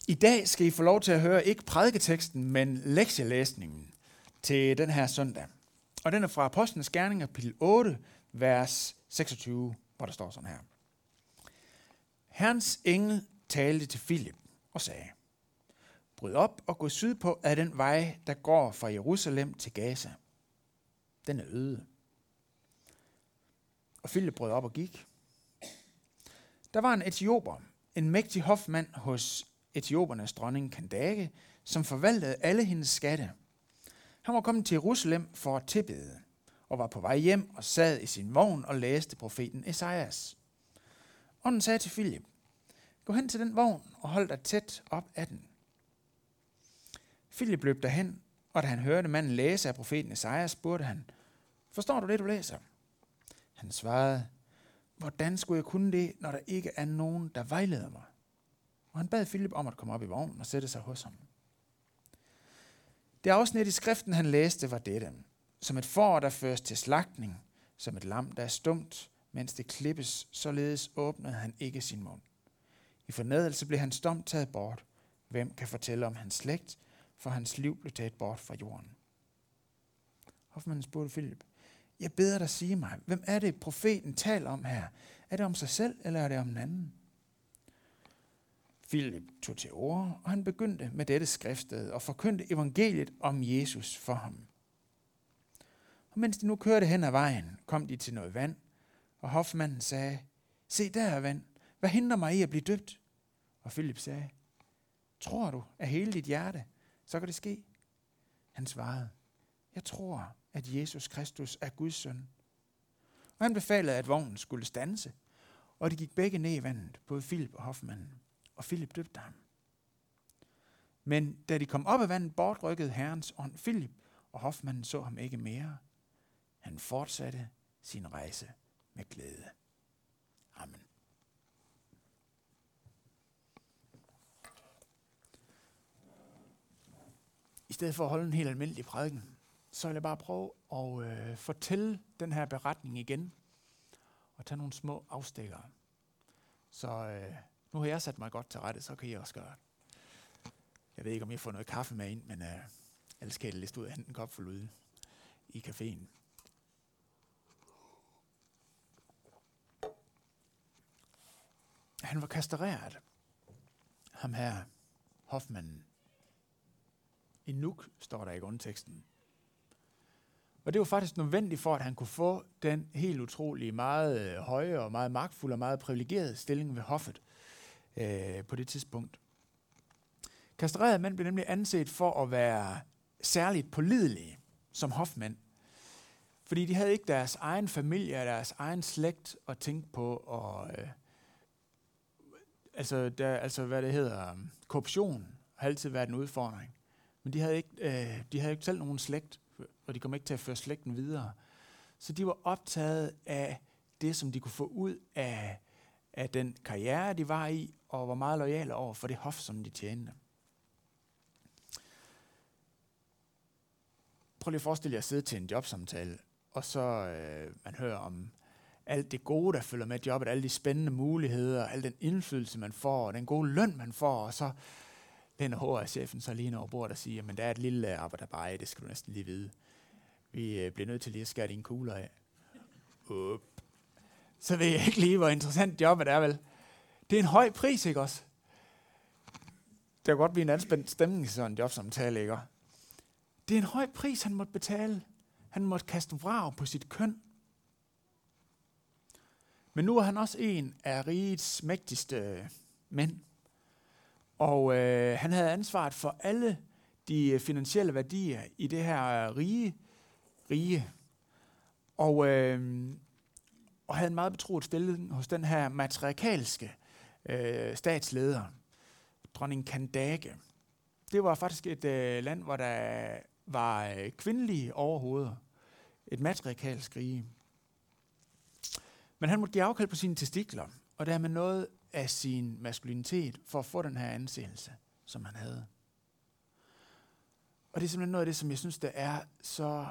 I dag skal I få lov til at høre ikke prædiketeksten, men lektielæsningen til den her søndag. Og den er fra Apostlenes Gerninger, kapitel 8, vers 26, hvor der står sådan her. Herrens engel talte til Filip og sagde, bryd op og gå sydpå ad den vej, der går fra Jerusalem til Gaza. Den er øde. Og Filip brød op og gik. Der var en etioper, en mægtig hofmand hos etiopernes dronning Kandake, som forvaltede alle hendes skatte. Han var kommet til Jerusalem for at tilbede, og var på vej hjem og sad i sin vogn og læste profeten Esajas. Ånden sagde til Filip, gå hen til den vogn og hold dig tæt op ad den. Filip løb derhen, og da han hørte manden læse af profeten Esajas, spurgte han, forstår du det, du læser? Han svarede, hvordan skulle jeg kunne det, når der ikke er nogen, der vejleder mig? Og han bad Filip om at komme op i vognen og sætte sig hos ham. Det afsnit i skriften, han læste, var dette. Som et får, der føres til slagtning, som et lam, der er stumt, mens det klippes, således åbnede han ikke sin mund. I fornedrelse blev hans dom taget bort. Hvem kan fortælle om hans slægt, for hans liv blev taget bort fra jorden? Hofmanden spurgte Filip, jeg beder dig sige mig, hvem er det, profeten taler om her? Er det om sig selv, eller er det om en anden? Filip tog til orde, og han begyndte med dette skriftsted og forkyndte evangeliet om Jesus for ham. Og mens de nu kørte hen ad vejen, kom de til noget vand, og hofmanden sagde, se der er vand, hvad hindrer mig i at blive døbt? Og Filip sagde, tror du af hele dit hjerte, så kan det ske? Han svarede, jeg tror, at Jesus Kristus er Guds søn. Og han befalede, at vognen skulle standse, og de gik begge ned i vandet, både Filip og hofmanden, og Filip døbte ham. Men da de kom op af vandet, bortrykkede Herrens ånd Filip, og hofmanden så ham ikke mere. Han fortsatte sin rejse med glæde. Amen. I stedet for at holde en helt almindelig prædiken, så vil jeg bare prøve at fortælle den her beretning igen, og tage nogle små afstikkere. Så nu har jeg sat mig godt til rette, så kan I også gøre det. Jeg ved ikke, om jeg får noget kaffe med ind, men ellers kan jeg liste ud og hente en kop for ude i caféen. Han var kastreret, ham her, hofmanden. En nuk, står der i grundteksten. Og det var faktisk nødvendigt for, at han kunne få den helt utrolige, meget høje og meget magtfulde og meget privilegerede stilling ved hoffet på det tidspunkt. Kastrerede mænd blev nemlig anset for at være særligt pålidelige som hofmænd. Fordi de havde ikke deres egen familie og deres egen slægt at tænke på. Og, hvad det hedder, korruption har altid været en udfordring. Men de havde ikke selv nogen slægt, og de kom ikke til at føre slægten videre. Så de var optaget af det, som de kunne få ud af den karriere, de var i, og var meget loyale over for det hof, som de tjente. Prøv lige at forestille jer at sidde til en jobsamtale, og så man hører om alt det gode, der følger med jobbet, alle de spændende muligheder, al den indflydelse, man får, og den gode løn, man får, og så læner HR-chefen så lige over bordet og siger, men der er et lille arbejde, det skal du næsten lige vide. Vi bliver nødt til lige at skære dine kugler af. Så ved jeg ikke lige, hvor interessant jobbet er, vel? Det er en høj pris, ikke også? Det kan godt blive en anspændt stemning i sådan en jobsamtale, ikke? Det er en høj pris, han måtte betale. Han måtte kaste vrag på sit køn. Men nu er han også en af rigets mægtigste mænd. Og han havde ansvaret for alle de finansielle værdier i det her rige. Og havde en meget betroet stilling hos den her matriarkalske statsleder, dronning Kandake. Det var faktisk et land, hvor der var kvindelige overhoveder. Et matriarkalsk rige. Men han måtte give afkald på sine testikler, og dermed noget af sin maskulinitet for at få den her anseelse, som han havde. Og det er simpelthen noget af det, som jeg synes, der er så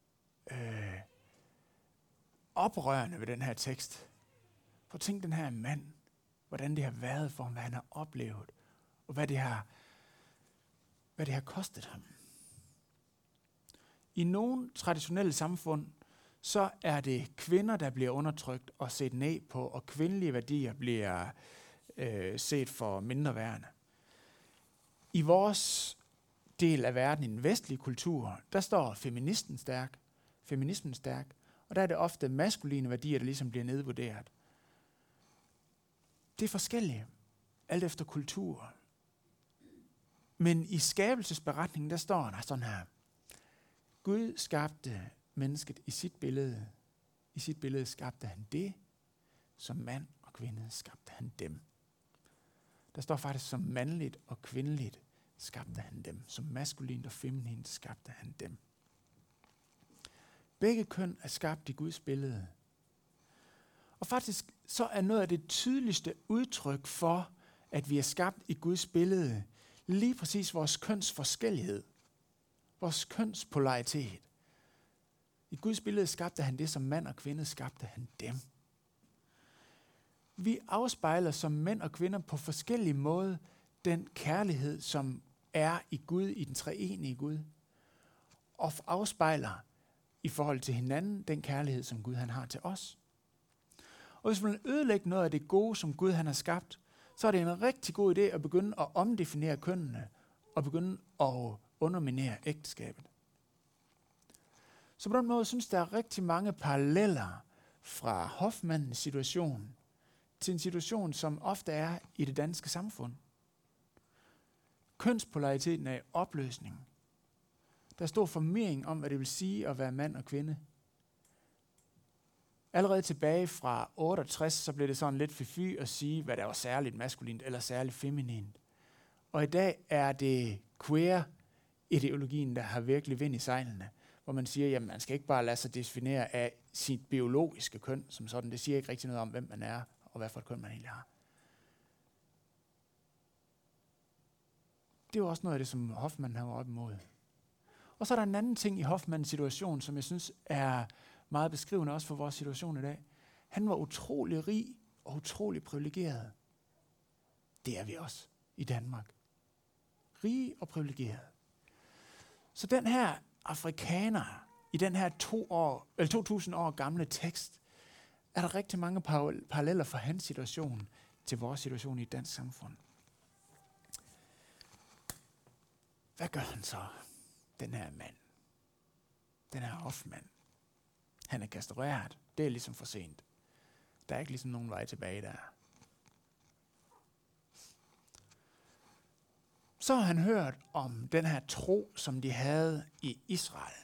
oprørende ved den her tekst. For tænk den her mand, hvordan det har været for ham, hvad han har oplevet, og hvad det har kostet ham. I nogle traditionelle samfund, så er det kvinder, der bliver undertrykt og set ned på, og kvindelige værdier bliver set for mindre værende. I vores del af verden, i den vestlige kultur, der står feminismen stærk, og der er det ofte maskuline værdier, der ligesom bliver nedvurderet. Det er forskelligt, alt efter kultur. Men i skabelsesberetningen, der står der sådan her: Gud skabte mennesket i sit billede. I sit billede skabte han det, som mand og kvinde skabte han dem. Der står faktisk, som mandligt og kvindeligt skabte han dem. Som maskulint og feminint skabte han dem. Begge køn er skabt i Guds billede. Og faktisk så er noget af det tydeligste udtryk for, at vi er skabt i Guds billede, lige præcis vores køns forskellighed. Vores kønspolaritet. I Guds billede skabte han det, som mand og kvinde skabte han dem. Vi afspejler som mænd og kvinder på forskellige måder den kærlighed, som er i Gud, i den treenige Gud. Og afspejler i forhold til hinanden den kærlighed, som Gud han har til os. Og hvis man vil ødelægge noget af det gode, som Gud han har skabt, så er det en rigtig god idé at begynde at omdefinere kønnene og begynde at underminere ægteskabet. Så på den måde synes der er rigtig mange paralleller fra hofmandens situation til en situation, som ofte er i det danske samfund. Kønspolariteten er i opløsning. Der er stor forvirring om, hvad det vil sige at være mand og kvinde. Allerede tilbage fra 68, så blev det sådan lidt fy at sige, hvad der var særligt maskulint eller særligt feminint. Og i dag er det queer-ideologien, der har virkelig vind i sejlene, hvor man siger, at man skal ikke bare lade sig definere af sit biologiske køn, som sådan. Det siger ikke rigtig noget om, hvem man er, og hvad for et køn man egentlig har. Det er jo også noget af det, som Hoffmann har op imod. Og så er der en anden ting i Hoffmanns situation, som jeg synes er meget beskrivende også for vores situation i dag. Han var utrolig rig og utrolig privilegeret. Det er vi også i Danmark. Rige og privilegeret. Så den her afrikaner i den her 2000 år gamle tekst, er der rigtig mange paralleller fra hans situation til vores situation i et dansk samfund. Hvad gør han så, den her mand? Den her Hoffmann. Han er kastreret. Det er ligesom for sent. Der er ikke ligesom nogen vej tilbage der. Så har han hørt om den her tro, som de havde i Israel.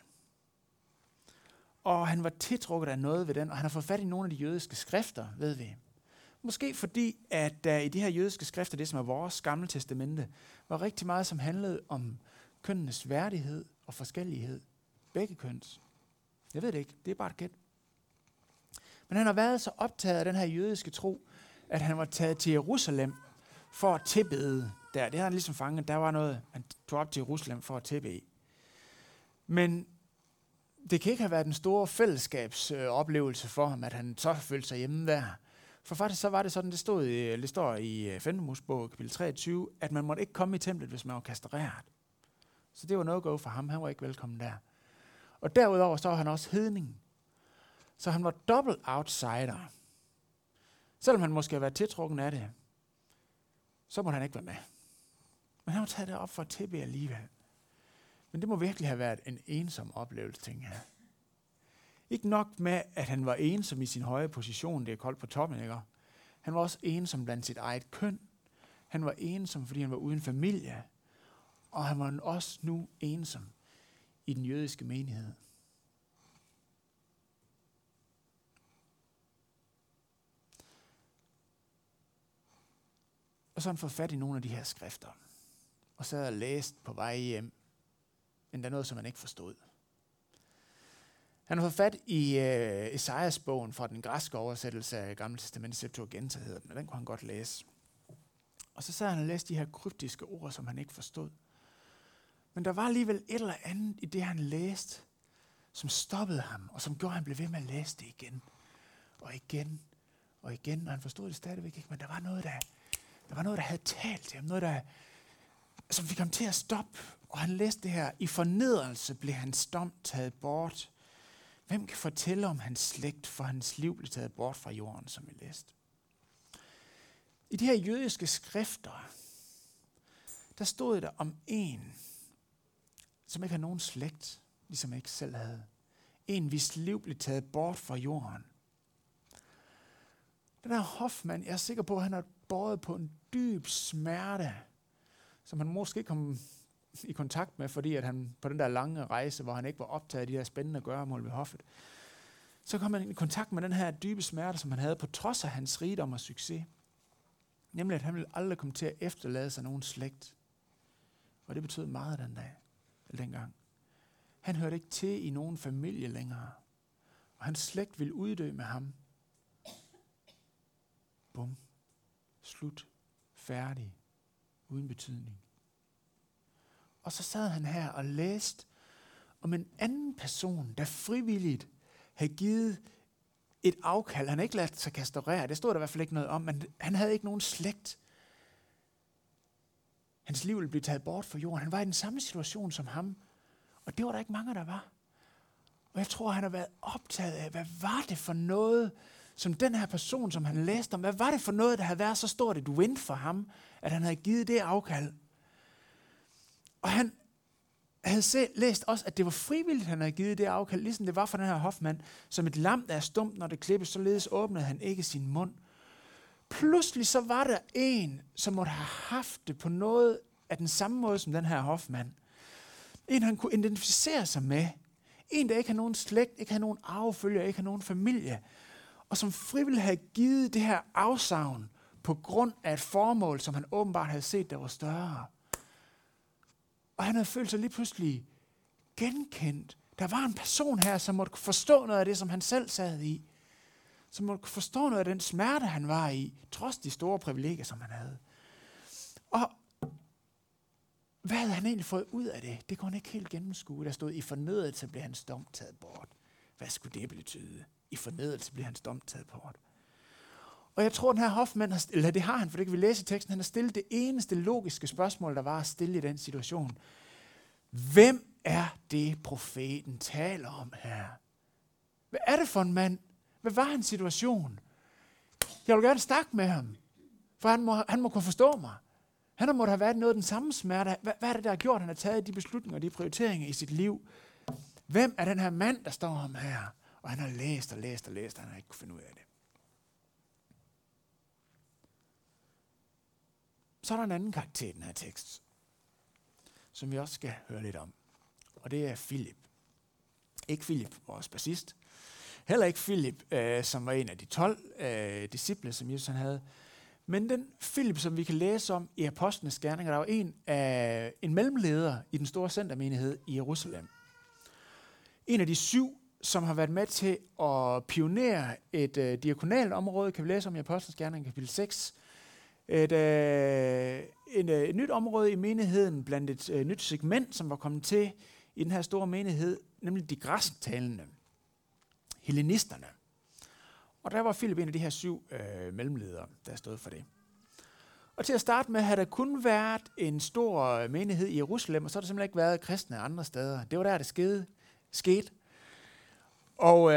Og han var tiltrukket af noget ved den, og han har fået fat i nogle af de jødiske skrifter, ved vi. Måske fordi, at der i de her jødiske skrifter, det som er vores gamle testamente, var rigtig meget, som handlede om kønnenes værdighed og forskellighed. Begge køns. Jeg ved det ikke, det er bare et gæt. Men han har været så optaget af den her jødiske tro, at han var taget til Jerusalem for at tilbede der. Det har han ligesom fanget. Der var noget, han tog op til Jerusalem for at tilbede. Men det kan ikke have været en stor fællesskabsoplevelse for ham, at han så følte sig hjemme der. For faktisk så var det sådan, det står i 5. Mosebog, kapitel 23, at man måtte ikke komme i templet, hvis man var kastreret. Så det var no-go for ham. Han var ikke velkommen der. Og derudover så var han også hedning. Så han var dobbelt outsider. Selvom han måske har været tiltrukken af det, så måtte han ikke være med. Men han var taget derop for at tilbede alligevel. Men det må virkelig have været en ensom oplevelse, tænker jeg. Ikke nok med, at han var ensom i sin høje position, det er koldt på toppen, ikke? Han var også ensom blandt sit eget køn. Han var ensom, fordi han var uden familie. Og han var også nu ensom i den jødiske menighed. Og så har han fået fat i nogle af de her skrifter. Og så havde jeg læst på vej hjem. Men der er noget, som han ikke forstod. Han har fået fat i Esajas-bogen fra den græske oversættelse af Gamle Testament, Septuaginta hedder den, og den kunne han godt læse. Og så sad han og læste de her kryptiske ord, som han ikke forstod. Men der var alligevel et eller andet i det, han læste, som stoppede ham, og som gjorde, at han blev ved med at læse det igen. Og igen, og igen, og han forstod det stadigvæk ikke, men der var noget, der havde talt til ham, noget, som fik ham til at stoppe. Og han læste det her: i fornedrelse blev hans dom taget bort. Hvem kan fortælle om hans slægt, for hans liv blev taget bort fra jorden, som vi læste? I de her jødiske skrifter, der stod der om en, som ikke havde nogen slægt, ligesom jeg ikke selv havde. En, hvis liv blev taget bort fra jorden. Den her Hoffmann, jeg er sikker på, at han har båret på en dyb smerte, som han måske kom i kontakt med, fordi at han på den der lange rejse, hvor han ikke var optaget af de her spændende gøremål ved hoffet, så kom han i kontakt med den her dybe smerte, som han havde på trods af hans rigdom og succes. Nemlig, at han ville aldrig komme til at efterlade sig nogen slægt. Og det betød meget den dag, eller dengang. Han hørte ikke til i nogen familie længere. Og hans slægt ville uddø med ham. Bum. Slut. Færdig. Uden betydning. Og så sad han her og læste om en anden person, der frivilligt havde givet et afkald. Han havde ikke ladet sig kastrere. Det stod der i hvert fald ikke noget om, men han havde ikke nogen slægt. Hans liv ville blive taget bort fra jorden. Han var i den samme situation som ham. Og det var der ikke mange, der var. Og jeg tror, han har været optaget af, hvad var det for noget, som den her person, som han læste om, hvad var det for noget, der havde været så stort et win for ham, at han havde givet det afkald. Og han havde læst også, at det var frivilligt, han havde givet det afkald, ligesom det var for den her Hoffmann, som et lam, der er stumt, når det klippes, således åbnede han ikke sin mund. Pludselig så var der en, som måtte have haft det på noget af den samme måde som den her Hoffmann. En, han kunne identificere sig med. En, der ikke har nogen slægt, ikke har nogen arvefølger, ikke har nogen familie. Og som frivilligt havde givet det her afsavn på grund af et formål, som han åbenbart havde set, der var større. Og han havde følt sig lige pludselig genkendt. Der var en person her, som måtte forstå noget af det, som han selv sad i. Som måtte forstå noget af den smerte, han var i, trods de store privilegier, som han havde. Og hvad havde han egentlig fået ud af det? Det kunne han ikke helt gennemskue. Der stod, i fornedrelse blev hans dom taget bort. Hvad skulle det betyde? I fornedrelse blev hans dom taget bort. Og jeg tror, den her Hoffmann, eller det har han, for det kan vi læse i teksten, han har stillet det eneste logiske spørgsmål, der var at stille i den situation. Hvem er det, profeten taler om her? Hvad er det for en mand? Hvad var hans situation? Jeg vil gerne snakke med ham, for han må kunne forstå mig. Han må have været noget af den samme smerte. Hvad er det, der har gjort, at han har taget de beslutninger og de prioriteringer i sit liv? Hvem er den her mand, der står ham her? Og han har læst og læst og læst, og han har ikke kunnet finde ud af det. Så er der en anden karakter i den her tekst, som vi også skal høre lidt om. Og det er Filip. Ikke Filip, vores bassist. Heller ikke Filip, som var en af de 12 disciple, som Jesus han havde. Men den Filip, som vi kan læse om i Apostlenes Gerninger, der var en mellemleder i den store centermenighed i Jerusalem. En af de 7, som har været med til at pionere et diakonalt område, kan vi læse om i Apostlenes Gerninger, kapitel 6. Et nyt område i menigheden, blandt et nyt segment, som var kommet til i den her store menighed, nemlig de græsktalende, hellenisterne. Og der var Filip en af de her 7 mellemledere, der stod for det. Og til at starte med, havde der kun været en stor menighed i Jerusalem, og så har der simpelthen ikke været kristne andre steder. Det var der, det skete. Og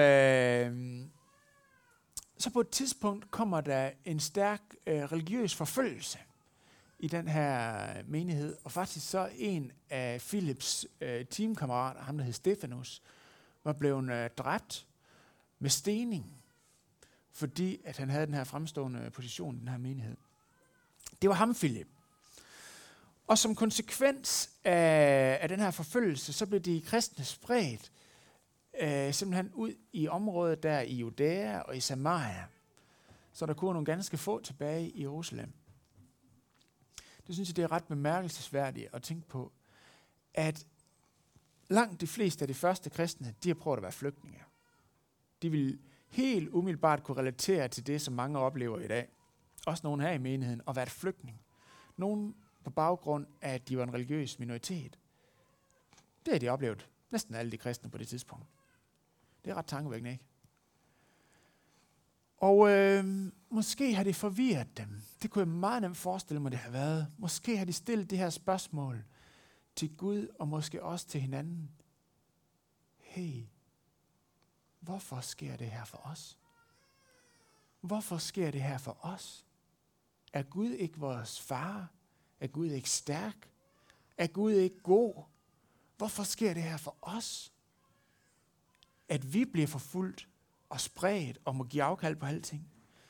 så på et tidspunkt kommer der en stærk religiøs forfølgelse i den her menighed. Og faktisk så en af Filips teamkammerater, ham der hed Stefanus, var blevet dræbt med stening, fordi at han havde den her fremstående position i den her menighed. Det var ham, Filip. Og som konsekvens af den her forfølgelse, så blev de kristne spredt simpelthen ud i området der i Judæa og i Samaria. Så der kunne nogle ganske få tilbage i Jerusalem. Det synes jeg, det er ret bemærkelsesværdigt at tænke på, at langt de fleste af de første kristne, de har prøvet at være flygtninge. De vil helt umiddelbart kunne relatere til det, som mange oplever i dag. Også nogen her i menigheden, at være et flygtning. Nogen på baggrund af, at de var en religiøs minoritet. Det har de oplevet. Næsten alle de kristne på det tidspunkt. Det er ret tankevækkende, ikke? Og måske har det forvirret dem. Det kunne jeg meget nemt forestille mig, det har været. Måske har de stillet det her spørgsmål til Gud, og måske også til hinanden. Hey, hvorfor sker det her for os? Hvorfor sker det her for os? Er Gud ikke vores far? Er Gud ikke stærk? Er Gud ikke god? Hvorfor sker det her for os? At vi bliver forfulgt og spredt og må give afkald på alting.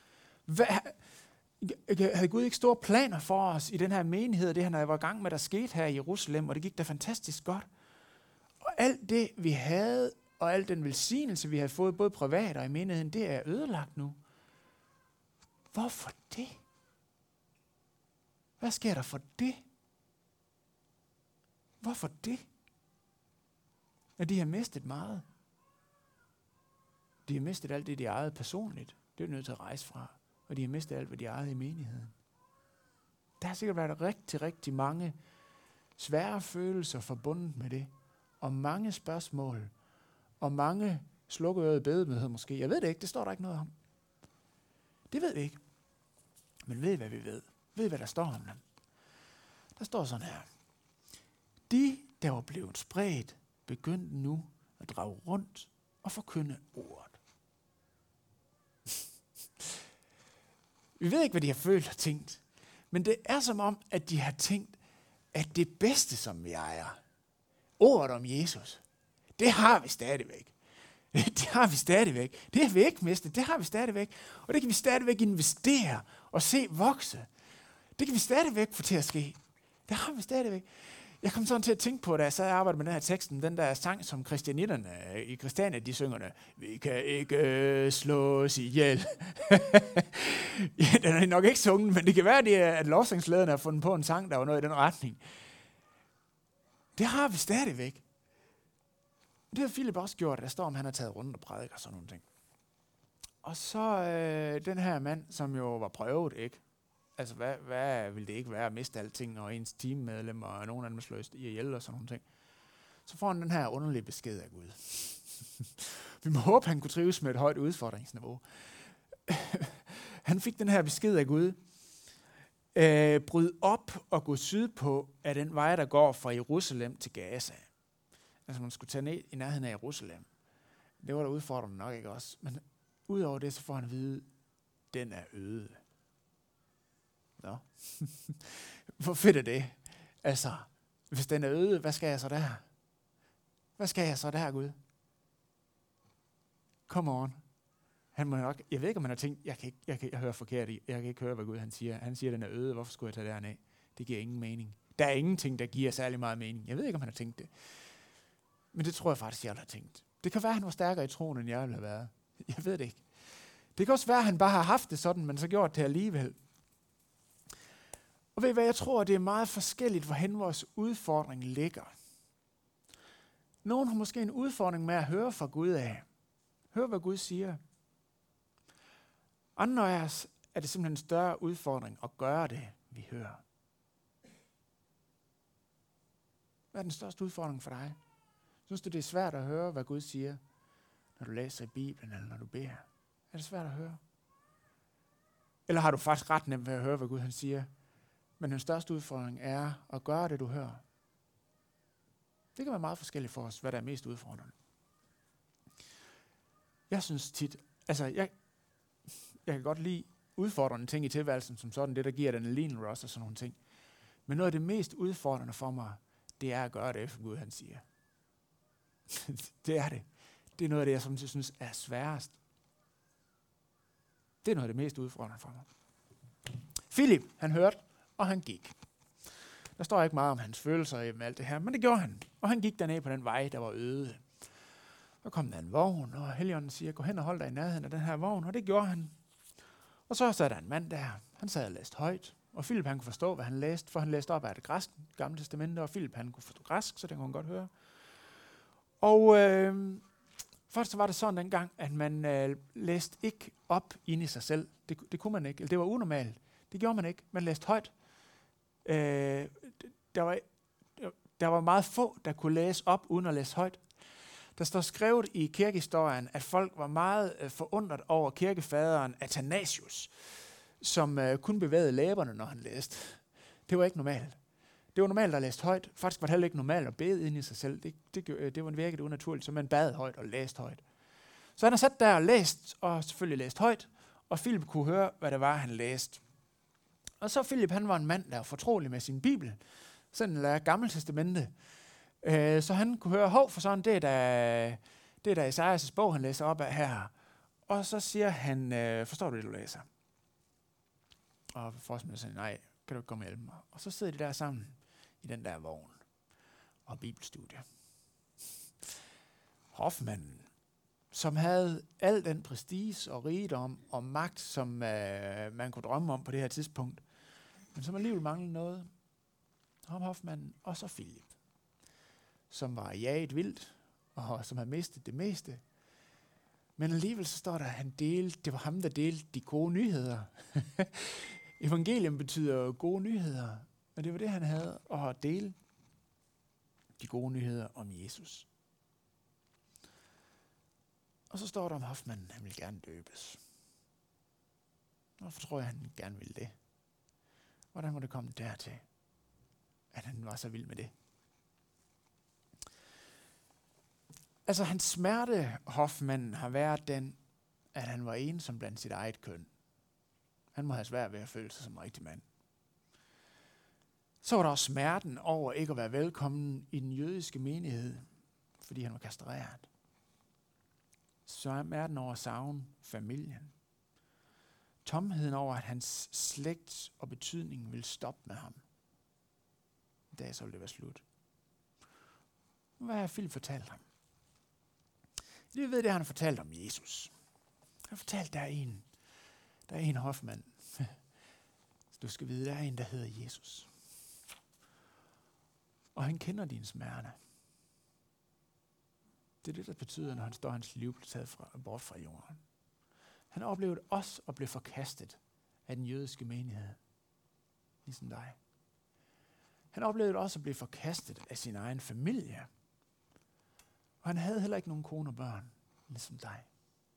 Havde Gud ikke store planer for os i den her menighed, det han var i gang med, der skete her i Jerusalem, og det gik da fantastisk godt. Og alt det, vi havde, og al den velsignelse, vi havde fået, både privat og i menigheden, det er ødelagt nu. Hvorfor det? Hvad sker der for det? Hvorfor det? At de har mistet meget. De har mistet alt det, de ejede personligt. Det er nødt til at rejse fra. Og de har mistet alt, hvad de ejede i menigheden. Der har sikkert været rigtig mange svære følelser forbundet med det. Og mange spørgsmål. Og mange slukkeørede bedemøder måske. Jeg ved det ikke, det står der ikke noget om. Det ved vi ikke. Men ved hvad vi ved. Ved hvad der står om dem. Der står sådan her. De, der var blevet spredt, begyndte nu at drage rundt og forkynde ordet. Vi ved ikke, hvad de har følt og tænkt. Men det er som om, at de har tænkt, at det bedste, som vi ejer, ordet om Jesus, det har vi stadigvæk. Det har vi stadigvæk. Det har vi ikke mistet. Det har vi stadigvæk. Og det kan vi stadigvæk investere og se vokse. Det kan vi stadigvæk få til at ske. Det har vi stadigvæk. Jeg kom sådan til at tænke på, da jeg sad og arbejdede med den her teksten, den der sang, som kristianitterne i Christiania, de synger, vi kan ikke slås ihjel. Ja, den er nok ikke sunget, men det kan være, at lovsangslederne har fundet på en sang, der var noget i den retning. Det har vi stadigvæk. Det har Philip også gjort. Der står, om han har taget rundt og prædiker og sådan nogle ting. Og så den her mand, som jo var prøvet, ikke? Altså, hvad ville det ikke være at miste alting, og ens teammedlemmer, og nogen af dem slår ihjel og sådan nogle ting. Så får han den her underlige besked af Gud. Vi må håbe, han kunne trives med et højt udfordringsniveau. Han fik den her besked af Gud. Bryd op og gå sydpå af den vej, der går fra Jerusalem til Gaza. Altså, man skulle tage ned i nærheden af Jerusalem. Det var der udfordrende nok ikke også. Men udover det, så får han at vide, den er øde. Nå. Hvor fedt er det? Altså, hvis den er øde, hvad skal jeg så der? Hvad skal jeg så der, Gud? Come on. Han må nok, jeg ved ikke, om han har tænkt, jeg hører forkert i. Jeg kan ikke høre, hvad Gud han siger. Han siger, den er øde. Hvorfor skulle jeg tage derned? Det giver ingen mening. Der er ingenting, der giver særlig meget mening. Jeg ved ikke, om han har tænkt det. Men det tror jeg faktisk, jeg har tænkt. Det kan være, at han var stærkere i troen, end jeg ville have været. Jeg ved det ikke. Det kan også være, at han bare har haft det sådan, men så gjort det alligevel. Og ved I hvad, jeg tror, det er meget forskelligt, hvorhen vores udfordring ligger. Nogen har måske en udfordring med at høre fra Gud af. Hør, hvad Gud siger. Andre af os er det simpelthen en større udfordring at gøre det, vi hører. Hvad er den største udfordring for dig? Synes du, det er svært at høre, hvad Gud siger, når du læser i Bibelen, eller når du beder? Er det svært at høre? Eller har du faktisk ret nemt ved at høre, hvad Gud han siger? Men den største udfordring er at gøre det, du hører. Det kan være meget forskelligt for os, hvad der er mest udfordrende. Jeg synes tit, altså jeg kan godt lide udfordrende ting i tilværelsen, som sådan det, der giver den adrenalin rush og sådan nogle ting. Men noget af det mest udfordrende for mig, det er at gøre det, efter Gud han siger. Det er det. Det er noget af det, jeg som synes er sværest. Det er noget af det mest udfordrende for mig. Philip, han hørte, og han gik. Der står ikke meget om hans følelser med alt det her, men det gjorde han. Og han gik derned på den vej, der var øde. Så kom der en vogn, og Helligånden siger, gå hen og hold dig i nærheden af den her vogn, og det gjorde han. Og så sad der en mand der. Han sad og læste højt, og Philip han kunne forstå, hvad han læste, for han læste op af det græske Gamle Testamente, og Philip han kunne forstå græsk, så det kunne han godt høre. Og først så var det sådan dengang, at man læste ikke op inde i sig selv. Det kunne man ikke, eller det var unormalt. Det gjorde man ikke. Man læste højt. Der var meget få, der kunne læse op uden at læse højt. Der står skrevet i kirkehistorien, at folk var meget forundret over kirkefaderen Athanasius, som kun bevægede læberne, når han læste. Det var ikke normalt. Det var normalt at læse højt. Faktisk var det heller ikke normalt at bede ind i sig selv. Det var virkelig unaturligt, så man bad højt og læste højt. Så han har sat der og læst, og selvfølgelig læst højt, og Philip kunne høre, hvad det var, han læste. Og så Philip, han var en mand, der var fortrolig med sin bibel, sådan en Gamle Testamente. Så han kunne høre, for sådan, det er der Esajas' bog, han læser op af her. Og så siger han, forstår du det, du læser? Og forsmænder siger, nej, kan du ikke komme og hjælpe mig? Og så sidder de der sammen i den der vogn og bibelstudie. Hofmanden, som havde al den prestige og rigdom og magt, som man kunne drømme om på det her tidspunkt, men som alligevel manglede noget. Hofmanden og så Philip, som var jaget vildt, og som havde mistet det meste. Men alligevel så står der, at det var ham, der delte de gode nyheder. Evangelium betyder gode nyheder, og det var det, han havde at dele de gode nyheder om Jesus. Og så står der om hofmanden, han ville gerne døbes. Hvorfor tror jeg, han gerne ville det? Hvordan må det komme dertil, at han var så vild med det? Altså, hans smerte, hofmanden, har været den, at han var ensom blandt sit eget køn. Han må have svært ved at føle sig som en rigtig mand. Så var der også smerten over ikke at være velkommen i den jødiske menighed, fordi han var kastreret. Smerten over at savne familien. Tomheden over, at hans slægt og betydning ville stoppe med ham. En dag så ville det være slut. Hvad har Philip fortalt ham? Vi ved det, han har fortalt om Jesus. Han har fortalt, der er en hofmand. Du skal vide, der er en, der hedder Jesus. Og han kender dine smerte. Det er det, der betyder, når han står hans liv taget bort fra jorden. Han oplevede også at blive forkastet af den jødiske menighed. Ligesom dig. Han oplevede også at blive forkastet af sin egen familie. Og han havde heller ikke nogen kone og børn, ligesom dig.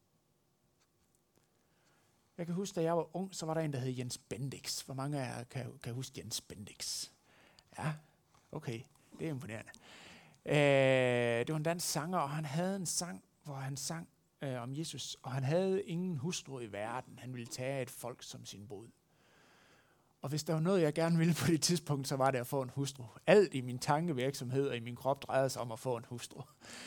Jeg kan huske, da jeg var ung, så var der en, der hed Jens Bendix. Hvor mange af jer kan huske Jens Bendix? Ja, okay, det er imponerende. Det var en dansk sanger, og han havde en sang, hvor han sang om Jesus, og han havde ingen hustru i verden. Han ville tage et folk som sin brud. Og hvis der var noget, jeg gerne ville på det tidspunkt, så var det at få en hustru. Alt i min tankevirksomhed og i min krop drejede sig om at få en hustru.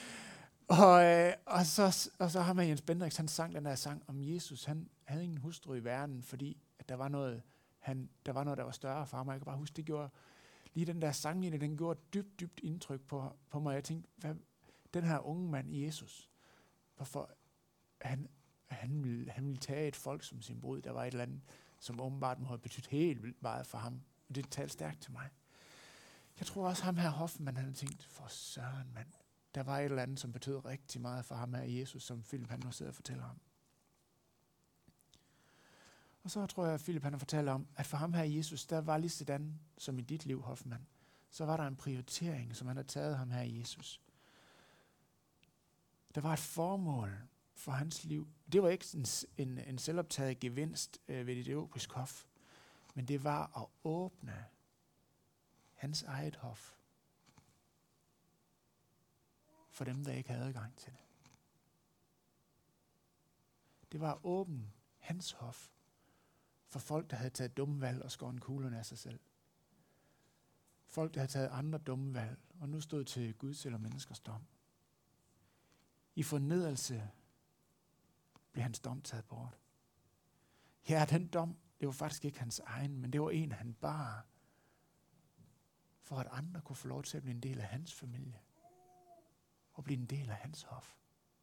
Og så har man Jens Bendix, han sang den der sang om Jesus. Han havde ingen hustru i verden, fordi at der var noget, der var større for ham. Jeg kan bare huske, det gjorde lige den der sanglinje, den gjorde dybt indtryk på mig. Jeg tænkte, den her unge mand Jesus, hvorfor han ville tage et folk som sin brud. Der var et eller andet, som åbenbart må have betydet helt vildt meget for ham. Og det talte stærkt til mig. Jeg tror også, ham her hofmand, han havde tænkt, for søren mand. Der var et eller andet, som betød rigtig meget for ham her Jesus, som Philip han nu sidder og fortæller om. Og så tror jeg, at Philip han har fortalt om, at for ham her Jesus, der var lige sådan som i dit liv, hofmand. Så var der en prioritering, som han har taget ham her Jesus. Der var et formål for hans liv. Det var ikke en selvoptaget gevinst ved det etiopiske hof, men det var at åbne hans eget hof for dem, der ikke havde adgang til det. Det var at åbne hans hof for folk, der havde taget dumme valg og skåret kuglerne af sig selv. Folk, der havde taget andre dumme valg, og nu stod til Guds eller menneskers dom. I fornedrelse blev hans dom taget bort. Ja, den dom, det var faktisk ikke hans egen, men det var en, han bar, for at andre kunne få lov til at blive en del af hans familie, og blive en del af hans hof.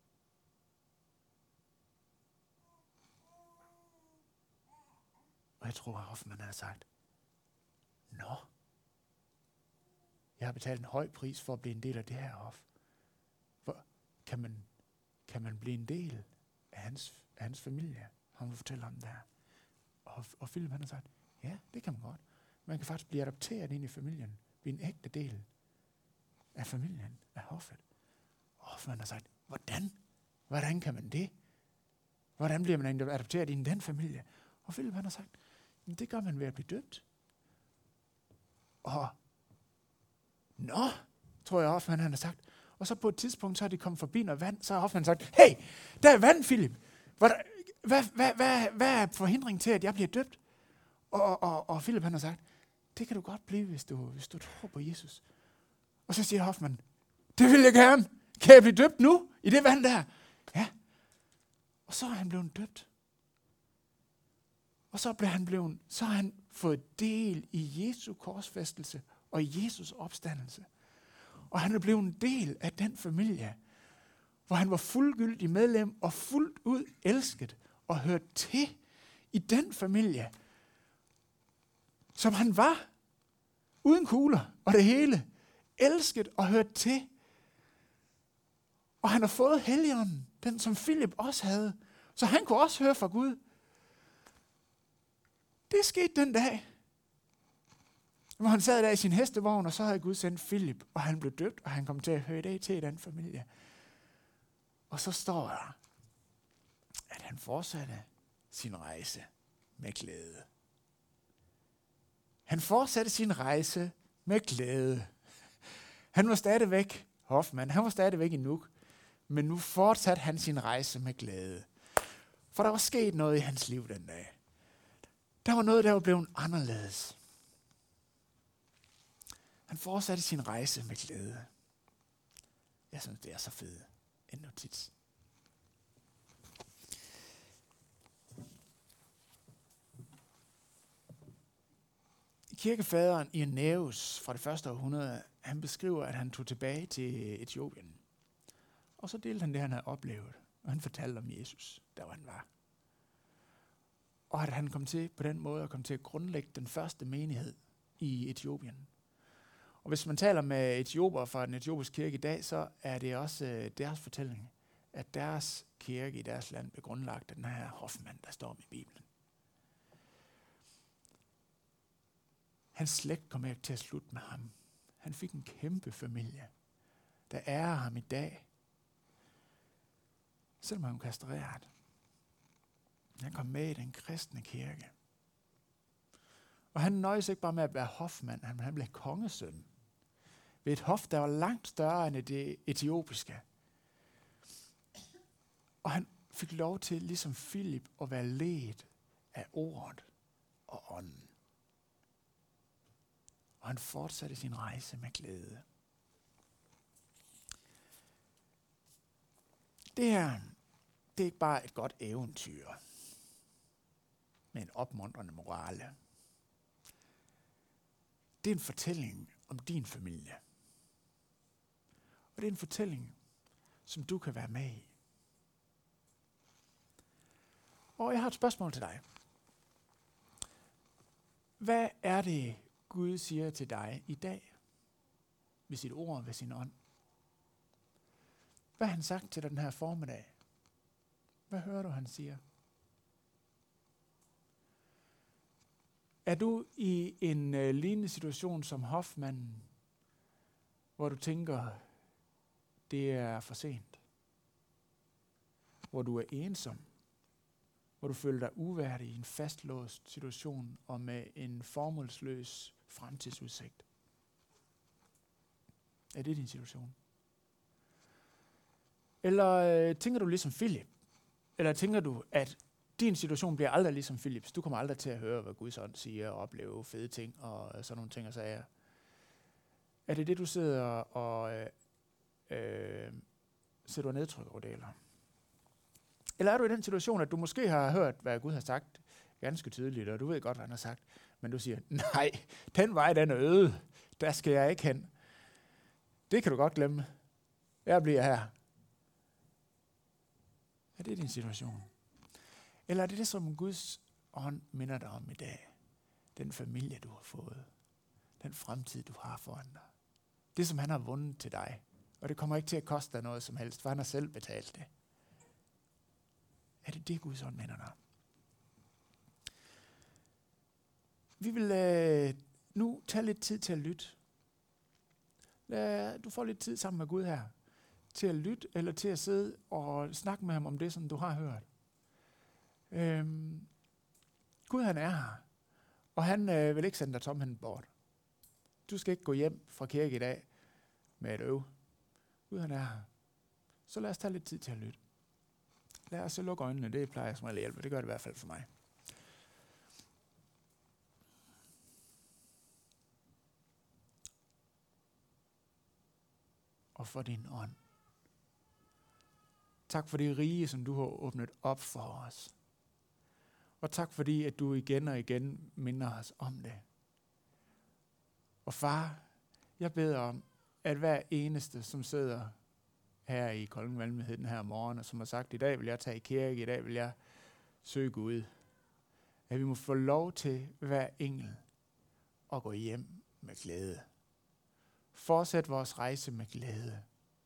Og jeg tror, at Hoffmann har sagt, nå, jeg har betalt en høj pris for at blive en del af det her hof. Kan man blive en del af hans familie? Han vil fortælle om det her. Og Philip han har sagt, ja, det kan man godt. Man kan faktisk blive adopteret ind i familien. Blive en ægte del af familien, af hoffet. Hoffmann har sagt, hvordan? Hvordan kan man det? Hvordan bliver man adopteret i den familie? Og Philip han har sagt, det gør man ved at blive døbt. Og tror jeg Hoffmann han har sagt. Og så på et tidspunkt, så er de kommet forbi noget vand, så har Hoffmann sagt, hey, der er vand, Philip. Hvad er forhindringen til, at jeg bliver døbt? Og Philip han har sagt, det kan du godt blive, hvis du tror på Jesus. Og så siger Hoffmann, det vil jeg gerne. Kan jeg blive døbt nu? I det vand der? Ja. Og så er han blevet døbt. Og så har han fået del i Jesu korsfæstelse og i Jesus opstandelse. Og han er blevet en del af den familie, hvor han var fuldgyldig medlem og fuldt ud elsket og hørt til i den familie, som han var, uden kugler og det hele, elsket og hørt til. Og han har fået Helligånden, den som Philip også havde, så han kunne også høre fra Gud. Det skete den dag, hvor han sad der i sin hestevogn, og så havde Gud sendt Philip, og han blev døbt, og han kom til at høre det til i den familie. Og så står der, at han fortsatte sin rejse med glæde. Han fortsatte sin rejse med glæde. Han var stadigvæk Hoffmann, han var stadigvæk i Nuuk, men nu fortsatte han sin rejse med glæde. For der var sket noget i hans liv den dag. Der var noget, der var blevet anderledes. Han fortsatte sin rejse med glæde. Jeg synes, det er så fedt. En notits. Kirkefaderen Irenæus fra det første århundrede, han beskriver, at han tog tilbage til Etiopien. Og så delte han det, han havde oplevet. Og han fortalte om Jesus, der hvor han var. Og at han kom til på den måde at grundlægge den første menighed i Etiopien. Og hvis man taler med etioper fra den etiopiske kirke i dag, så er det også deres fortælling, at deres kirke i deres land blev grundlagt af den her Hoffmann, der står i Bibelen. Hans slægt kom ikke til at slutte med ham. Han fik en kæmpe familie, der ærer ham i dag, selvom han var kastreret. Han kom med i den kristne kirke. Og han nøjes ikke bare med at være hofmand, han blev kongesøn. Ved et hof, der var langt større end det etiopiske. Og han fik lov til, ligesom Philip, at være ledt af ordet og ånden. Og han fortsatte sin rejse med glæde. Det her, det er ikke bare et godt eventyr med en opmuntrende morale. Det er en fortælling om din familie. Og det er en fortælling, som du kan være med i. Og jeg har et spørgsmål til dig. Hvad er det, Gud siger til dig i dag? Ved sit ord, ved sin ånd. Hvad har han sagt til dig den her formiddag? Hvad hører du, han siger? Er du i en lignende situation som Hoffmann, hvor du tænker, det er for sent? Hvor du er ensom? Hvor du føler dig uværdig i en fastlåst situation og med en formålsløs fremtidsudsigt? Er det din situation? Eller tænker du ligesom Philip? Eller tænker du, at din situation bliver aldrig ligesom Philips? Du kommer aldrig til at høre, hvad Guds ånd siger og opleve fede ting og sådan nogle ting og sager. Er det det, du sidder og sætter nedtryk over det, eller er du i den situation, at du måske har hørt, hvad Gud har sagt ganske tydeligt, og du ved godt, hvad han har sagt, men du siger, nej, den vej, den er øde. Der skal jeg ikke hen. Det kan du godt glemme. Jeg bliver her. Er det din situation? Eller er det det, som Guds ånd minder dig om i dag? Den familie, du har fået. Den fremtid, du har foran dig. Det, som han har vundet til dig. Og det kommer ikke til at koste dig noget som helst, for han har selv betalt det. Er det det, Guds ånd minder dig om? Vi vil nu tage lidt tid til at lytte. Du får lidt tid sammen med Gud her, til at lytte, eller til at sidde og snakke med ham om det, som du har hørt. Gud, han er her, og han vil ikke sende dig tomhændet bort. Du skal ikke gå hjem fra kirke i dag med et øv. Gud, han er her. Så lad os tage lidt tid til at lytte. Lad os lukke øjnene, det plejer jeg som regel at hjælpe, det gør det i hvert fald for mig. Og for din ånd. Tak for det rige, som du har åbnet op for os. Og tak fordi, at du igen og igen minder os om det. Og far, jeg beder om, at hver eneste, som sidder her i Kolding Valgmenighed den her morgen, og som har sagt, i dag vil jeg tage i kirke, i dag vil jeg søge Gud. At vi må få lov til hver engel at gå hjem med glæde. Fortsæt vores rejse med glæde.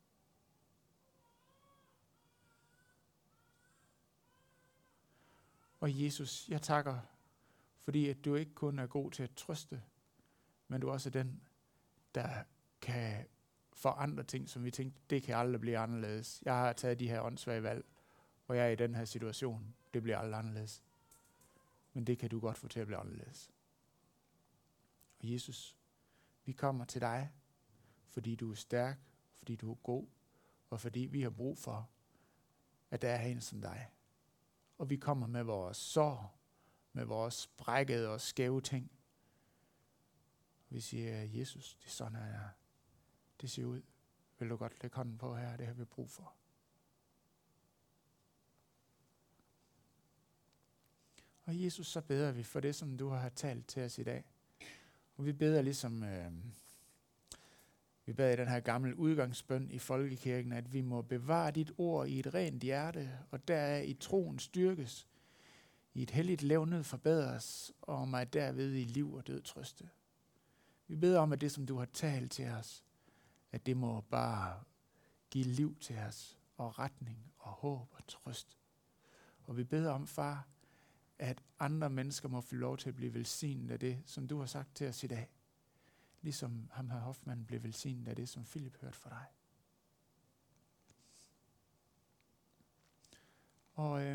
Og Jesus, jeg takker, fordi at du ikke kun er god til at trøste, men du også er den, der kan forandre ting, som vi tænkte, det kan aldrig blive anderledes. Jeg har taget de her åndssvage valg, og jeg er i den her situation. Det bliver aldrig anderledes. Men det kan du godt få til at blive anderledes. Og Jesus, vi kommer til dig, fordi du er stærk, fordi du er god, og fordi vi har brug for, at der er en som dig. Og vi kommer med vores sår, med vores brækkede og skæve ting. Vi siger, Jesus, det er sådan, at det ser ud. Vil du godt lægge hånden på her, det har vi brug for. Og Jesus, så beder vi for det, som du har talt til os i dag. Og vi beder ligesom, vi beder i den her gamle udgangsbøn i folkekirken, at vi må bevare dit ord i et rent hjerte, og deraf i troen styrkes, i et helligt levned forbedres, og om at derved i liv og død trøste. Vi beder om, at det, som du har talt til os, at det må bare give liv til os, og retning, og håb og trøst. Og vi beder om, far, at andre mennesker må få lov til at blive velsignet af det, som du har sagt til os i dag. Ligesom ham her Hoffmann blev velsignet af det, som Philip hørte fra dig. Og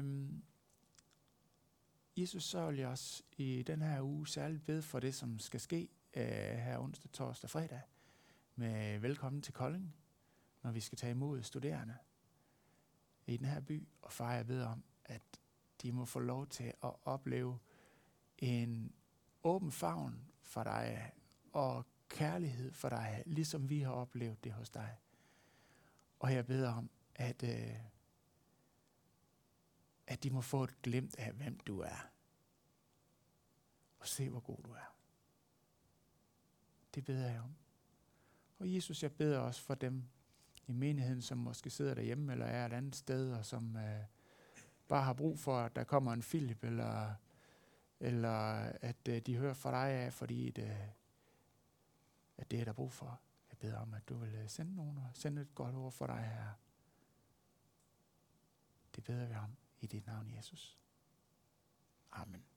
Jesus, så vil jeg også i den her uge særligt bede for det, som skal ske her onsdag, torsdag, fredag. Med velkommen til Kolding, når vi skal tage imod studerende i den her by. Og far, jeg beder om, at de må få lov til at opleve en åben favn for dig, og kærlighed for dig, ligesom vi har oplevet det hos dig. Og jeg beder om, at de må få et glimt af, hvem du er. Og se, hvor god du er. Det beder jeg om. Og Jesus, jeg beder også for dem i menigheden, som måske sidder derhjemme eller er et andet sted, og som bare har brug for, at der kommer en Philip, eller at de hører fra dig af, fordi at det er der brug for. Jeg beder om, at du vil sende nogen og sende et godt ord for dig her. Det beder vi om i dit navn, Jesus. Amen.